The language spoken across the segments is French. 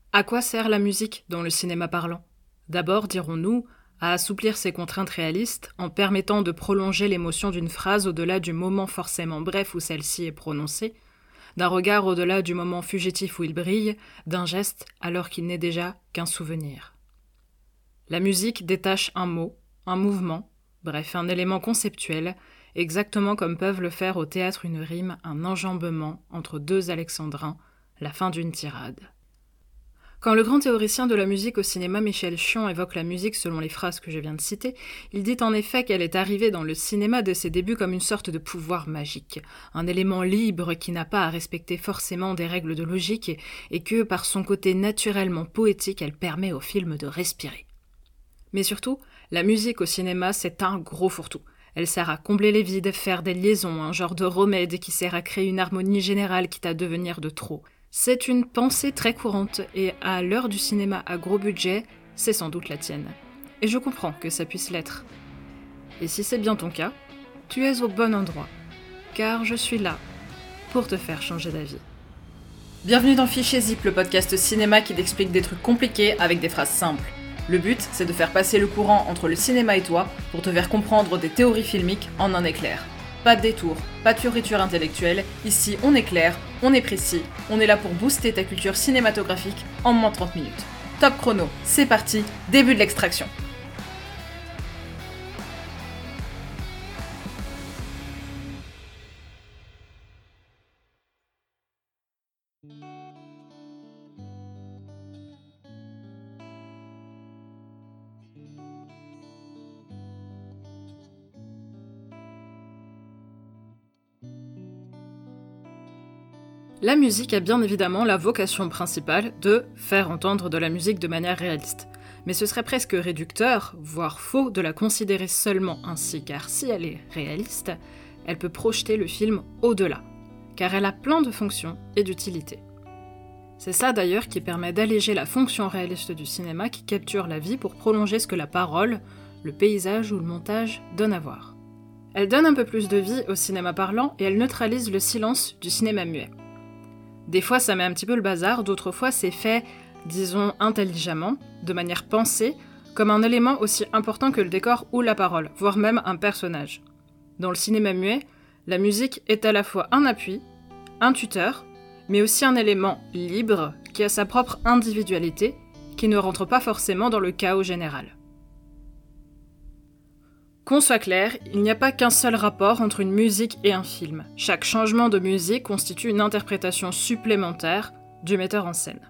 À quoi sert la musique dans le cinéma parlant ? D'abord, dirons-nous, à assouplir ses contraintes réalistes en permettant de prolonger l'émotion d'une phrase au-delà du moment forcément bref où celle-ci est prononcée, d'un regard au-delà du moment fugitif où il brille, d'un geste alors qu'il n'est déjà qu'un souvenir. La musique détache un mot, un mouvement, bref, un élément conceptuel, exactement comme peuvent le faire au théâtre une rime, un enjambement entre deux alexandrins, la fin d'une tirade. Quand le grand théoricien de la musique au cinéma Michel Chion évoque la musique selon les phrases que je viens de citer, il dit en effet qu'elle est arrivée dans le cinéma dès ses débuts comme une sorte de pouvoir magique, un élément libre qui n'a pas à respecter forcément des règles de logique et que, par son côté naturellement poétique, elle permet au film de respirer. Mais surtout, la musique au cinéma, c'est un gros fourre-tout. Elle sert à combler les vides, faire des liaisons, un genre de remède qui sert à créer une harmonie générale quitte à devenir de trop. C'est une pensée très courante et à l'heure du cinéma à gros budget, c'est sans doute la tienne. Et je comprends que ça puisse l'être. Et si c'est bien ton cas, tu es au bon endroit, car je suis là pour te faire changer d'avis. Bienvenue dans Fichier Zip, le podcast cinéma qui t'explique des trucs compliqués avec des phrases simples. Le but, c'est de faire passer le courant entre le cinéma et toi pour te faire comprendre des théories filmiques en un éclair. Pas de détour, pas de fioriture intellectuelle, ici on est clair, on est précis, on est là pour booster ta culture cinématographique en moins de 30 minutes. Top chrono, c'est parti, début de l'extraction. La musique a bien évidemment la vocation principale de faire entendre de la musique de manière réaliste. Mais ce serait presque réducteur, voire faux, de la considérer seulement ainsi, car si elle est réaliste, elle peut projeter le film au-delà, car elle a plein de fonctions et d'utilités. C'est ça d'ailleurs qui permet d'alléger la fonction réaliste du cinéma qui capture la vie pour prolonger ce que la parole, le paysage ou le montage donnent à voir. Elle donne un peu plus de vie au cinéma parlant et elle neutralise le silence du cinéma muet. Des fois, ça met un petit peu le bazar, d'autres fois, c'est fait, disons, intelligemment, de manière pensée, comme un élément aussi important que le décor ou la parole, voire même un personnage. Dans le cinéma muet, la musique est à la fois un appui, un tuteur, mais aussi un élément libre qui a sa propre individualité, qui ne rentre pas forcément dans le chaos général. Qu'on soit clair, il n'y a pas qu'un seul rapport entre une musique et un film. Chaque changement de musique constitue une interprétation supplémentaire du metteur en scène.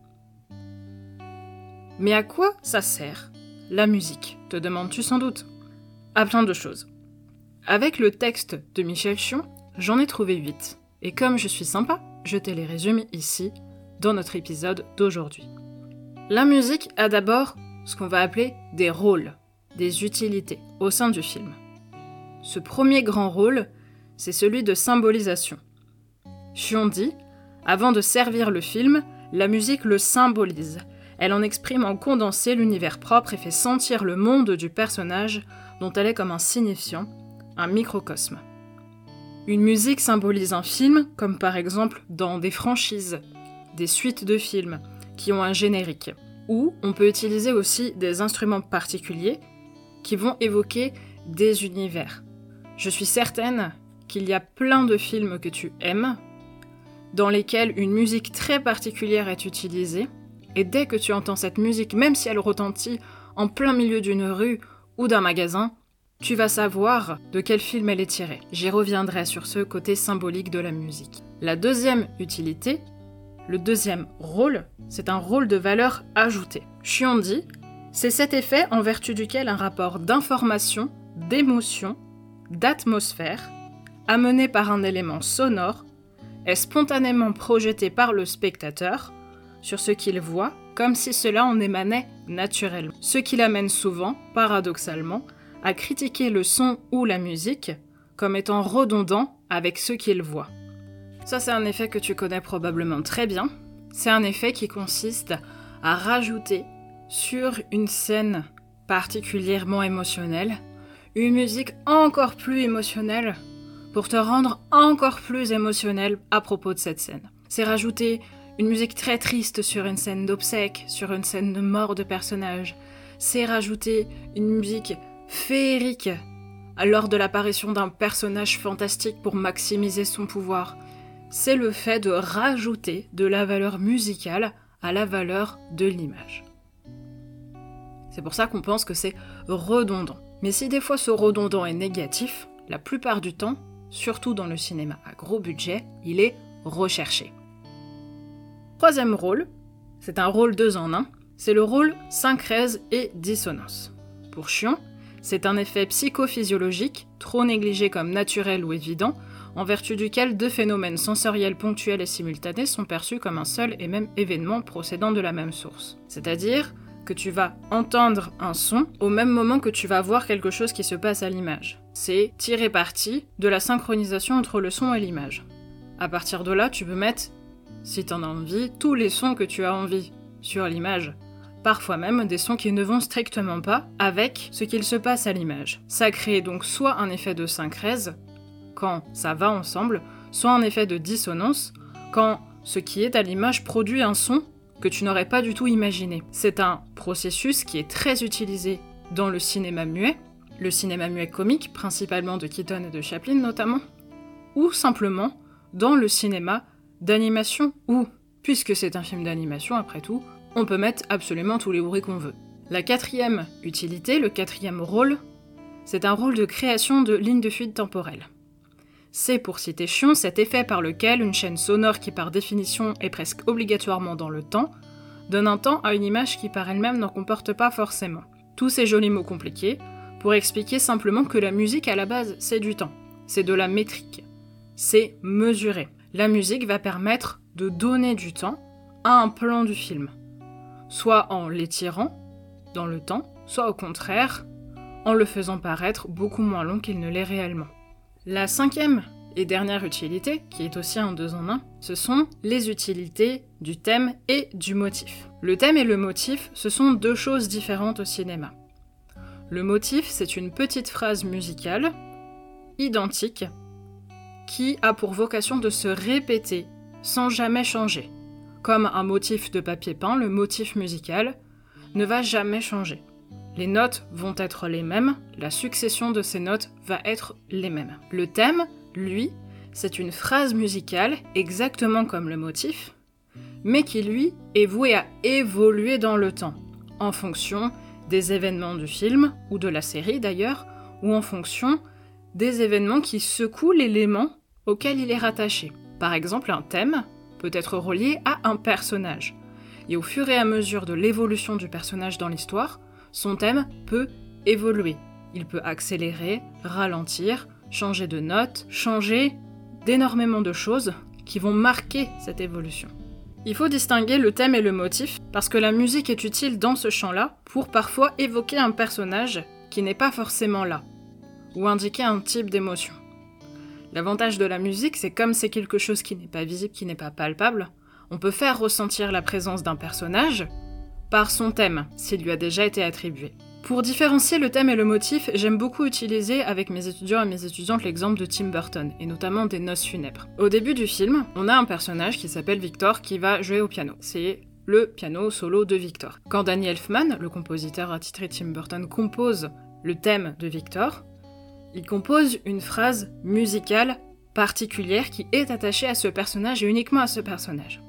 Mais à quoi ça sert, la musique, te demandes-tu sans doute ? À plein de choses. Avec le texte de Michel Chion, j'en ai trouvé 8. Et comme je suis sympa, je te les résume ici, dans notre épisode d'aujourd'hui. La musique a d'abord ce qu'on va appeler des rôles, des utilités au sein du film. Ce premier grand rôle, c'est celui de symbolisation. Chion dit, avant de servir le film, la musique le symbolise. Elle en exprime en condensé l'univers propre et fait sentir le monde du personnage dont elle est comme un signifiant, un microcosme. Une musique symbolise un film, comme par exemple dans des franchises, des suites de films qui ont un générique, ou on peut utiliser aussi des instruments particuliers qui vont évoquer des univers. Je suis certaine qu'il y a plein de films que tu aimes, dans lesquels une musique très particulière est utilisée, et dès que tu entends cette musique, même si elle retentit en plein milieu d'une rue ou d'un magasin, tu vas savoir de quel film elle est tirée. J'y reviendrai sur ce côté symbolique de la musique. La deuxième utilité, le deuxième rôle, c'est un rôle de valeur ajoutée. Chion dit, c'est cet effet en vertu duquel un rapport d'information, d'émotion, d'atmosphère, amené par un élément sonore, est spontanément projeté par le spectateur sur ce qu'il voit, comme si cela en émanait naturellement. Ce qui l'amène souvent, paradoxalement, à critiquer le son ou la musique comme étant redondant avec ce qu'il voit. Ça, c'est un effet que tu connais probablement très bien. C'est un effet qui consiste à rajouter sur une scène particulièrement émotionnelle, une musique encore plus émotionnelle pour te rendre encore plus émotionnel à propos de cette scène. C'est rajouter une musique très triste sur une scène d'obsèques, sur une scène de mort de personnage. C'est rajouter une musique féerique lors de l'apparition d'un personnage fantastique pour maximiser son pouvoir. C'est le fait de rajouter de la valeur musicale à la valeur de l'image. C'est pour ça qu'on pense que c'est redondant. Mais si des fois ce redondant est négatif, la plupart du temps, surtout dans le cinéma à gros budget, il est recherché. Troisième rôle, c'est un rôle 2 en 1, c'est le rôle syncrèse et dissonance. Pour Chion, c'est un effet psychophysiologique, trop négligé comme naturel ou évident, en vertu duquel 2 phénomènes sensoriels ponctuels et simultanés sont perçus comme un seul et même événement procédant de la même source. C'est-à-dire que tu vas entendre un son au même moment que tu vas voir quelque chose qui se passe à l'image. C'est tirer parti de la synchronisation entre le son et l'image. À partir de là, tu peux mettre, si tu en as envie, tous les sons que tu as envie sur l'image. Parfois même des sons qui ne vont strictement pas avec ce qu'il se passe à l'image. Ça crée donc soit un effet de syncrèse, quand ça va ensemble, soit un effet de dissonance, quand ce qui est à l'image produit un son que tu n'aurais pas du tout imaginé. C'est un processus qui est très utilisé dans le cinéma muet comique, principalement de Keaton et de Chaplin notamment, ou simplement dans le cinéma d'animation où, puisque c'est un film d'animation après tout, on peut mettre absolument tous les bruits qu'on veut. La 4e utilité, le 4e rôle, c'est un rôle de création de lignes de fuite temporelle. C'est, pour citer Chion, cet effet par lequel une chaîne sonore qui par définition est presque obligatoirement dans le temps, donne un temps à une image qui par elle-même n'en comporte pas forcément. Tous ces jolis mots compliqués pour expliquer simplement que la musique à la base c'est du temps, c'est de la métrique, c'est mesuré. La musique va permettre de donner du temps à un plan du film, soit en l'étirant dans le temps, soit au contraire en le faisant paraître beaucoup moins long qu'il ne l'est réellement. La 5e et dernière utilité, qui est aussi un 2 en 1, ce sont les utilités du thème et du motif. Le thème et le motif, ce sont 2 choses différentes au cinéma. Le motif, c'est une petite phrase musicale, identique, qui a pour vocation de se répéter sans jamais changer. Comme un motif de papier peint, le motif musical ne va jamais changer. Les notes vont être les mêmes, la succession de ces notes va être les mêmes. Le thème, lui, c'est une phrase musicale exactement comme le motif, mais qui, lui, est voué à évoluer dans le temps, en fonction des événements du film, ou de la série d'ailleurs, ou en fonction des événements qui secouent l'élément auquel il est rattaché. Par exemple, un thème peut être relié à un personnage, et au fur et à mesure de l'évolution du personnage dans l'histoire, son thème peut évoluer. Il peut accélérer, ralentir, changer de note, changer d'énormément de choses qui vont marquer cette évolution. Il faut distinguer le thème et le motif parce que la musique est utile dans ce champ-là pour parfois évoquer un personnage qui n'est pas forcément là, ou indiquer un type d'émotion. L'avantage de la musique, c'est comme c'est quelque chose qui n'est pas visible, qui n'est pas palpable, on peut faire ressentir la présence d'un personnage par son thème, s'il lui a déjà été attribué. Pour différencier le thème et le motif, j'aime beaucoup utiliser avec mes étudiants et mes étudiantes l'exemple de Tim Burton, et notamment des Noces funèbres. Au début du film, on a un personnage qui s'appelle Victor qui va jouer au piano. C'est le piano solo de Victor. Quand Danny Elfman, le compositeur attitré de Tim Burton, compose le thème de Victor, il compose une phrase musicale particulière qui est attachée à ce personnage et uniquement à ce personnage.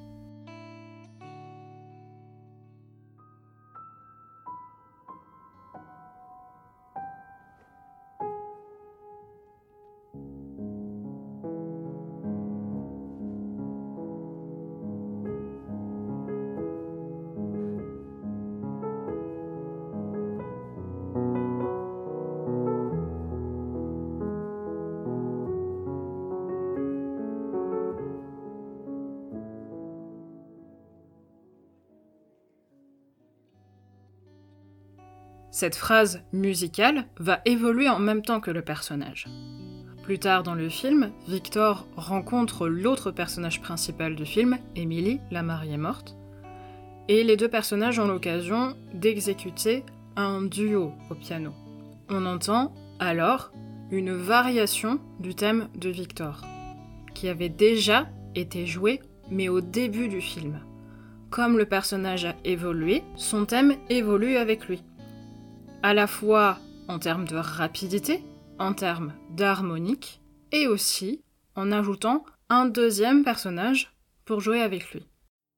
Cette phrase musicale va évoluer en même temps que le personnage. Plus tard dans le film, Victor rencontre l'autre personnage principal du film, Emily, la mariée morte, et les 2 personnages ont l'occasion d'exécuter un duo au piano. On entend alors une variation du thème de Victor, qui avait déjà été joué mais au début du film. Comme le personnage a évolué, son thème évolue avec lui. À la fois en termes de rapidité, en termes d'harmonique, et aussi en ajoutant un deuxième personnage pour jouer avec lui.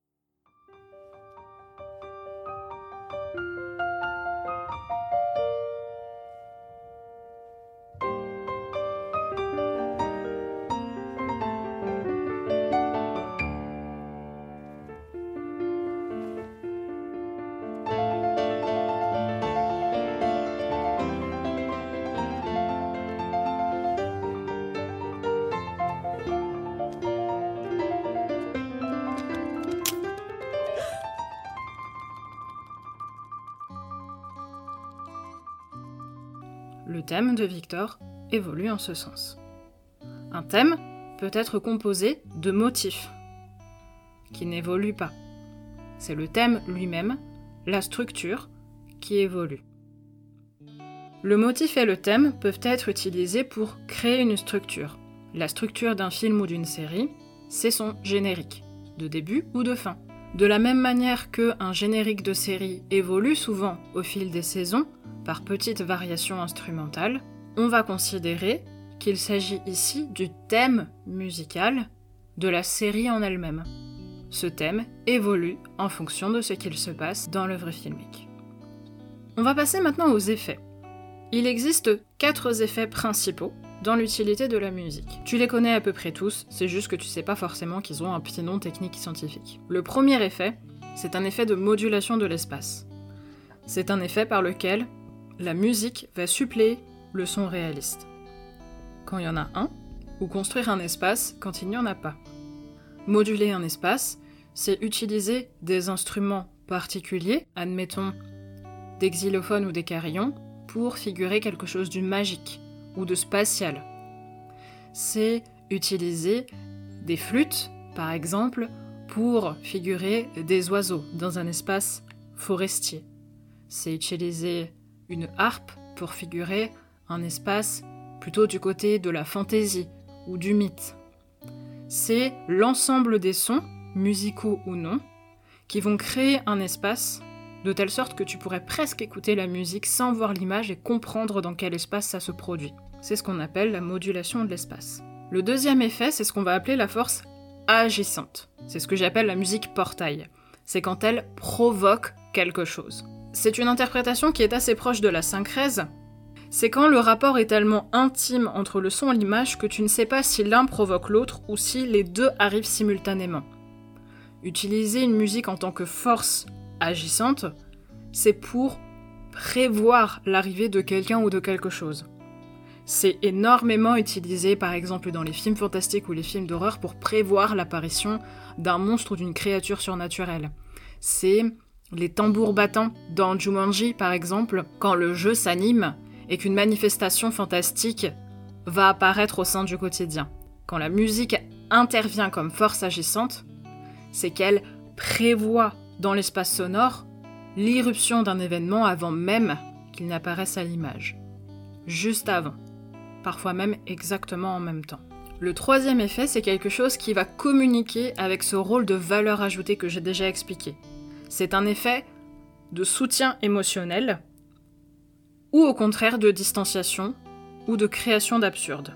Le thème de Victor évolue en ce sens. Un thème peut être composé de motifs qui n'évoluent pas. C'est le thème lui-même, la structure, qui évolue. Le motif et le thème peuvent être utilisés pour créer une structure. La structure d'un film ou d'une série, c'est son générique, de début ou de fin. De la même manière qu'un générique de série évolue souvent au fil des saisons, par petites variations instrumentales, on va considérer qu'il s'agit ici du thème musical de la série en elle-même. Ce thème évolue en fonction de ce qu'il se passe dans l'œuvre filmique. On va passer maintenant aux effets. Il existe 4 effets principaux dans l'utilité de la musique. Tu les connais à peu près tous, c'est juste que tu sais pas forcément qu'ils ont un petit nom technique scientifique. Le premier effet, c'est un effet de modulation de l'espace. C'est un effet par lequel la musique va suppléer le son réaliste, quand il y en a un, ou construire un espace quand il n'y en a pas. Moduler un espace, c'est utiliser des instruments particuliers, admettons des xylophones ou des carillons, pour figurer quelque chose de magique ou de spatial. C'est utiliser des flûtes, par exemple, pour figurer des oiseaux dans un espace forestier. C'est utiliser une harpe pour figurer un espace plutôt du côté de la fantaisie ou du mythe. C'est l'ensemble des sons, musicaux ou non, qui vont créer un espace de telle sorte que tu pourrais presque écouter la musique sans voir l'image et comprendre dans quel espace ça se produit. C'est ce qu'on appelle la modulation de l'espace. Le deuxième effet, c'est ce qu'on va appeler la force agissante. C'est ce que j'appelle la musique portail. C'est quand elle provoque quelque chose. C'est une interprétation qui est assez proche de la syncrèse. C'est quand le rapport est tellement intime entre le son et l'image que tu ne sais pas si l'un provoque l'autre ou si les deux arrivent simultanément. Utiliser une musique en tant que force agissante, c'est pour prévoir l'arrivée de quelqu'un ou de quelque chose. C'est énormément utilisé par exemple dans les films fantastiques ou les films d'horreur pour prévoir l'apparition d'un monstre ou d'une créature surnaturelle. C'est les tambours battants dans Jumanji par exemple, quand le jeu s'anime et qu'une manifestation fantastique va apparaître au sein du quotidien. Quand la musique intervient comme force agissante, c'est qu'elle prévoit dans l'espace sonore l'irruption d'un événement avant même qu'il n'apparaisse à l'image. Juste avant. Parfois même exactement en même temps. Le troisième effet, c'est quelque chose qui va communiquer avec ce rôle de valeur ajoutée que j'ai déjà expliqué. C'est un effet de soutien émotionnel ou au contraire de distanciation ou de création d'absurde.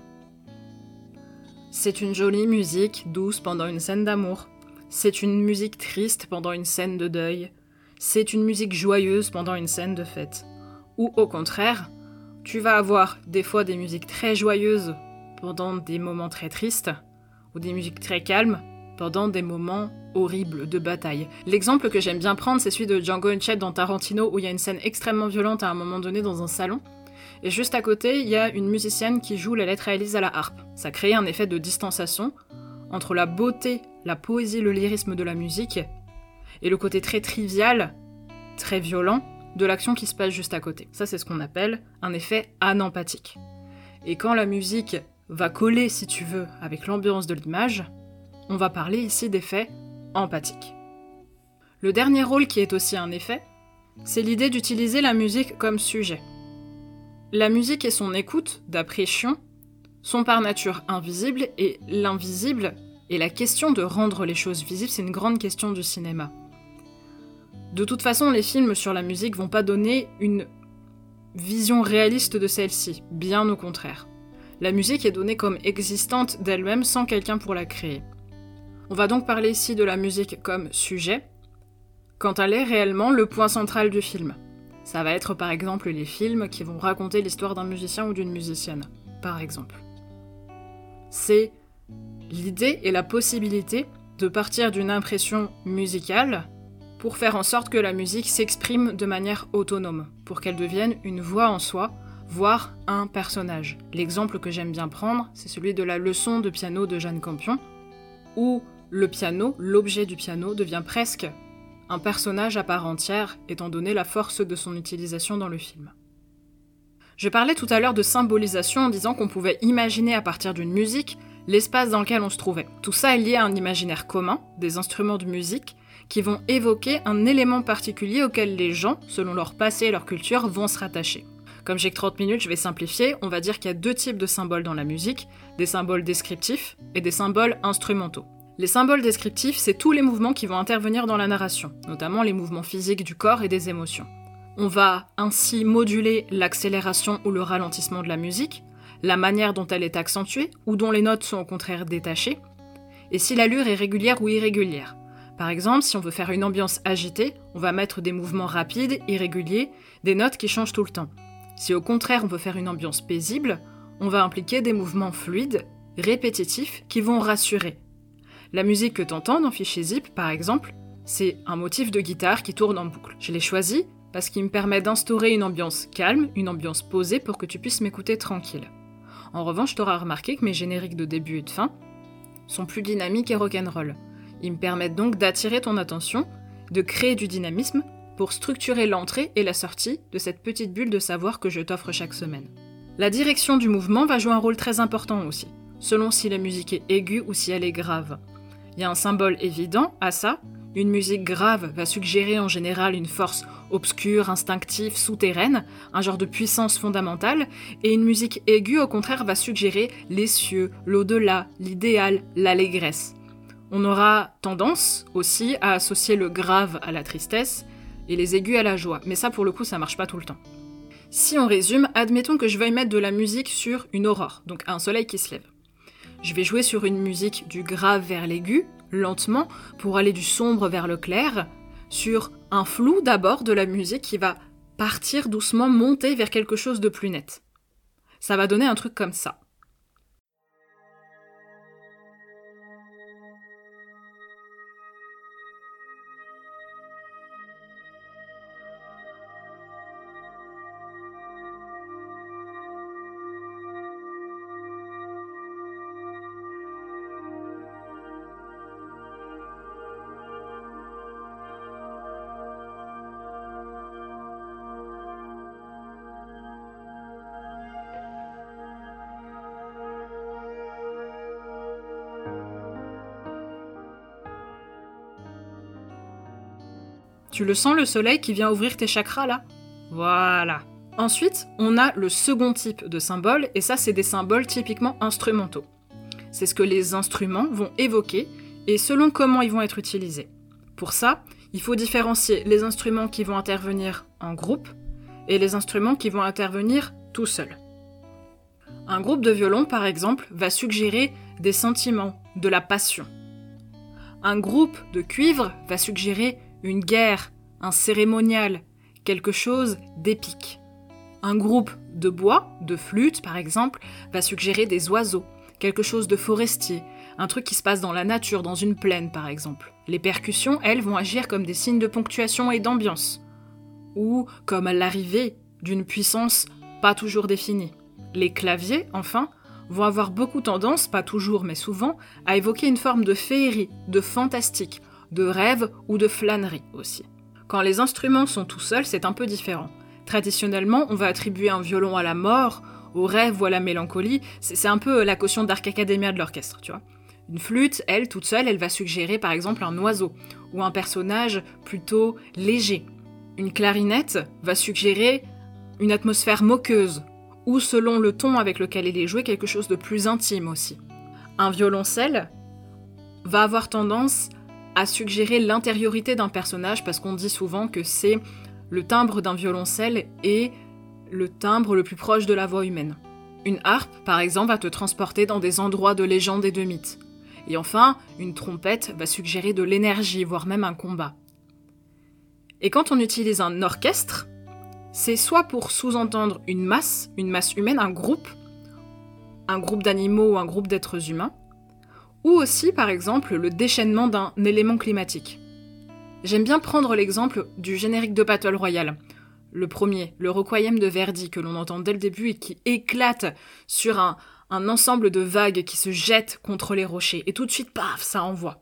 C'est une jolie musique douce pendant une scène d'amour. C'est une musique triste pendant une scène de deuil. C'est une musique joyeuse pendant une scène de fête. Ou au contraire, tu vas avoir des fois des musiques très joyeuses pendant des moments très tristes, ou des musiques très calmes pendant des moments horribles de bataille. L'exemple que j'aime bien prendre, c'est celui de Django Unchained dans Tarantino, où il y a une scène extrêmement violente à un moment donné dans un salon, et juste à côté, il y a une musicienne qui joue la lettre à Élise à la harpe. Ça crée un effet de distanciation entre la beauté, la poésie, le lyrisme de la musique, et le côté très trivial, très violent, de l'action qui se passe juste à côté. Ça, c'est ce qu'on appelle un effet anempathique. Et quand la musique va coller, si tu veux, avec l'ambiance de l'image, on va parler ici d'effet empathique. Le dernier rôle qui est aussi un effet, c'est l'idée d'utiliser la musique comme sujet. La musique et son écoute, d'après Chion, sont par nature invisibles et l'invisible Et la question de rendre les choses visibles, c'est une grande question du cinéma. De toute façon, les films sur la musique vont pas donner une vision réaliste de celle-ci, bien au contraire. La musique est donnée comme existante d'elle-même sans quelqu'un pour la créer. On va donc parler ici de la musique comme sujet, quand elle est réellement le point central du film. Ça va être par exemple les films qui vont raconter l'histoire d'un musicien ou d'une musicienne, par exemple. C'est l'idée et la possibilité de partir d'une impression musicale pour faire en sorte que la musique s'exprime de manière autonome, pour qu'elle devienne une voix en soi, voire un personnage. L'exemple que j'aime bien prendre, c'est celui de la leçon de piano de Jane Campion, où le piano, l'objet du piano, devient presque un personnage à part entière, étant donné la force de son utilisation dans le film. Je parlais tout à l'heure de symbolisation en disant qu'on pouvait imaginer à partir d'une musique l'espace dans lequel on se trouvait. Tout ça est lié à un imaginaire commun, des instruments de musique, qui vont évoquer un élément particulier auquel les gens, selon leur passé et leur culture, vont se rattacher. Comme j'ai que 30 minutes, je vais simplifier, on va dire qu'il y a 2 types de symboles dans la musique, des symboles descriptifs et des symboles instrumentaux. Les symboles descriptifs, c'est tous les mouvements qui vont intervenir dans la narration, notamment les mouvements physiques du corps et des émotions. On va ainsi moduler l'accélération ou le ralentissement de la musique, la manière dont elle est accentuée ou dont les notes sont au contraire détachées, et si l'allure est régulière ou irrégulière. Par exemple, si on veut faire une ambiance agitée, on va mettre des mouvements rapides, irréguliers, des notes qui changent tout le temps. Si au contraire on veut faire une ambiance paisible, on va impliquer des mouvements fluides, répétitifs, qui vont rassurer. La musique que t'entends dans Fichier Zip, par exemple, c'est un motif de guitare qui tourne en boucle. Je l'ai choisi parce qu'il me permet d'instaurer une ambiance calme, une ambiance posée pour que tu puisses m'écouter tranquille. En revanche, t'auras remarqué que mes génériques de début et de fin sont plus dynamiques et rock'n'roll. Ils me permettent donc d'attirer ton attention, de créer du dynamisme pour structurer l'entrée et la sortie de cette petite bulle de savoir que je t'offre chaque semaine. La direction du mouvement va jouer un rôle très important aussi, selon si la musique est aiguë ou si elle est grave. Il y a un symbole évident à ça. Une musique grave va suggérer en général une force obscure, instinctive, souterraine, un genre de puissance fondamentale, et une musique aiguë au contraire va suggérer les cieux, l'au-delà, l'idéal, l'allégresse. On aura tendance aussi à associer le grave à la tristesse et les aigus à la joie, mais ça pour le coup ça marche pas tout le temps. Si on résume, admettons que je veuille mettre de la musique sur une aurore, donc un soleil qui se lève. Je vais jouer sur une musique du grave vers l'aigu, lentement, pour aller du sombre vers le clair, sur un flou d'abord de la musique qui va partir doucement, monter vers quelque chose de plus net. Ça va donner un truc comme ça. Tu le sens le soleil qui vient ouvrir tes chakras là ? Voilà. Ensuite, on a le second type de symbole, et ça c'est des symboles typiquement instrumentaux. C'est ce que les instruments vont évoquer, et selon comment ils vont être utilisés. Pour ça, il faut différencier les instruments qui vont intervenir en groupe, et les instruments qui vont intervenir tout seuls. Un groupe de violon, par exemple, va suggérer des sentiments, de la passion. Un groupe de cuivre va suggérer une guerre, un cérémonial, quelque chose d'épique. Un groupe de bois, de flûte par exemple, va suggérer des oiseaux, quelque chose de forestier, un truc qui se passe dans la nature, dans une plaine par exemple. Les percussions, elles, vont agir comme des signes de ponctuation et d'ambiance, ou comme l'arrivée d'une puissance pas toujours définie. Les claviers, enfin, vont avoir beaucoup tendance, pas toujours mais souvent, à évoquer une forme de féerie, de fantastique, de rêve ou de flânerie aussi. Quand les instruments sont tout seuls, c'est un peu différent. Traditionnellement, on va attribuer un violon à la mort, au rêve ou à la mélancolie, c'est un peu la caution d'Arc Academia de l'orchestre, tu vois. Une flûte, elle, toute seule, elle va suggérer par exemple un oiseau, ou un personnage plutôt léger. Une clarinette va suggérer une atmosphère moqueuse, ou selon le ton avec lequel il est joué, quelque chose de plus intime aussi. Un violoncelle, va avoir tendance à suggérer l'intériorité d'un personnage parce qu'on dit souvent que c'est le timbre d'un violoncelle et le timbre le plus proche de la voix humaine. Une harpe, par exemple, va te transporter dans des endroits de légende et de mythes. Et enfin, une trompette va suggérer de l'énergie, voire même un combat. Et quand on utilise un orchestre, c'est soit pour sous-entendre une masse humaine, un groupe d'animaux ou un groupe d'êtres humains, ou aussi, par exemple, le déchaînement d'un élément climatique. J'aime bien prendre l'exemple du générique de Battle Royale. Le premier, le Requiem de Verdi, que l'on entend dès le début et qui éclate sur un ensemble de vagues qui se jettent contre les rochers. Et tout de suite, paf, ça envoie.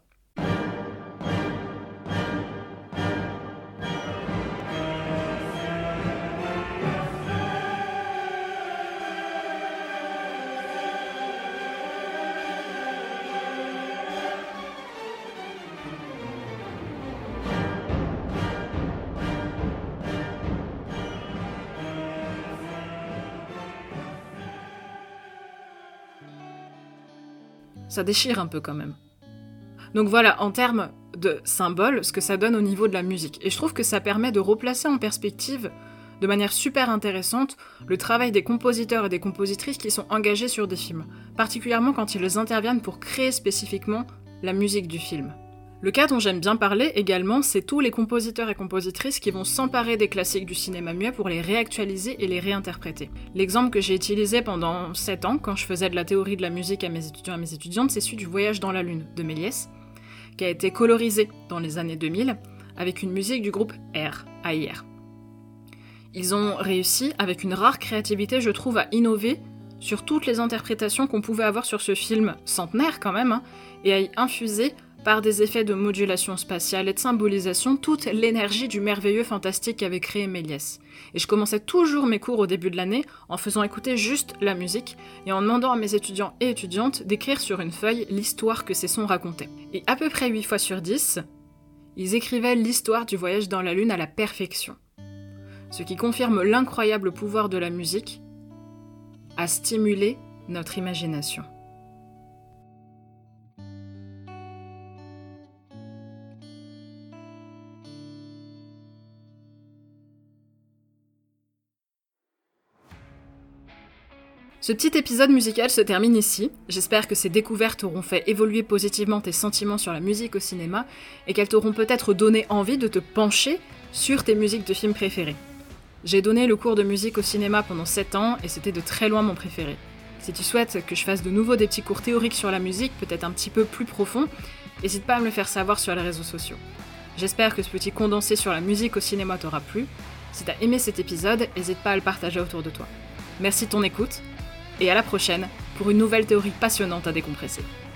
Ça déchire un peu quand même. Donc voilà, en termes de symboles, ce que ça donne au niveau de la musique. Et je trouve que ça permet de replacer en perspective, de manière super intéressante, le travail des compositeurs et des compositrices qui sont engagés sur des films, particulièrement quand ils interviennent pour créer spécifiquement la musique du film. Le cas dont j'aime bien parler également, c'est tous les compositeurs et compositrices qui vont s'emparer des classiques du cinéma muet pour les réactualiser et les réinterpréter. L'exemple que j'ai utilisé pendant 7 ans, quand je faisais de la théorie de la musique à mes étudiants et mes étudiantes, c'est celui du Voyage dans la Lune de Méliès, qui a été colorisé dans les années 2000 avec une musique du groupe Air, AIR. Ils ont réussi, avec une rare créativité, je trouve, à innover sur toutes les interprétations qu'on pouvait avoir sur ce film centenaire quand même, et à y infuser par des effets de modulation spatiale et de symbolisation, toute l'énergie du merveilleux fantastique qu'avait créé Méliès. Et je commençais toujours mes cours au début de l'année en faisant écouter juste la musique et en demandant à mes étudiants et étudiantes d'écrire sur une feuille l'histoire que ces sons racontaient. Et à peu près 8 fois sur 10, ils écrivaient l'histoire du voyage dans la Lune à la perfection. Ce qui confirme l'incroyable pouvoir de la musique à stimuler notre imagination. Ce petit épisode musical se termine ici. J'espère que ces découvertes auront fait évoluer positivement tes sentiments sur la musique au cinéma et qu'elles t'auront peut-être donné envie de te pencher sur tes musiques de films préférées. J'ai donné le cours de musique au cinéma pendant 7 ans et c'était de très loin mon préféré. Si tu souhaites que je fasse de nouveau des petits cours théoriques sur la musique, peut-être un petit peu plus profonds, n'hésite pas à me le faire savoir sur les réseaux sociaux. J'espère que ce petit condensé sur la musique au cinéma t'aura plu. Si t'as aimé cet épisode, n'hésite pas à le partager autour de toi. Merci de ton écoute. Et à la prochaine pour une nouvelle théorie passionnante à décompresser.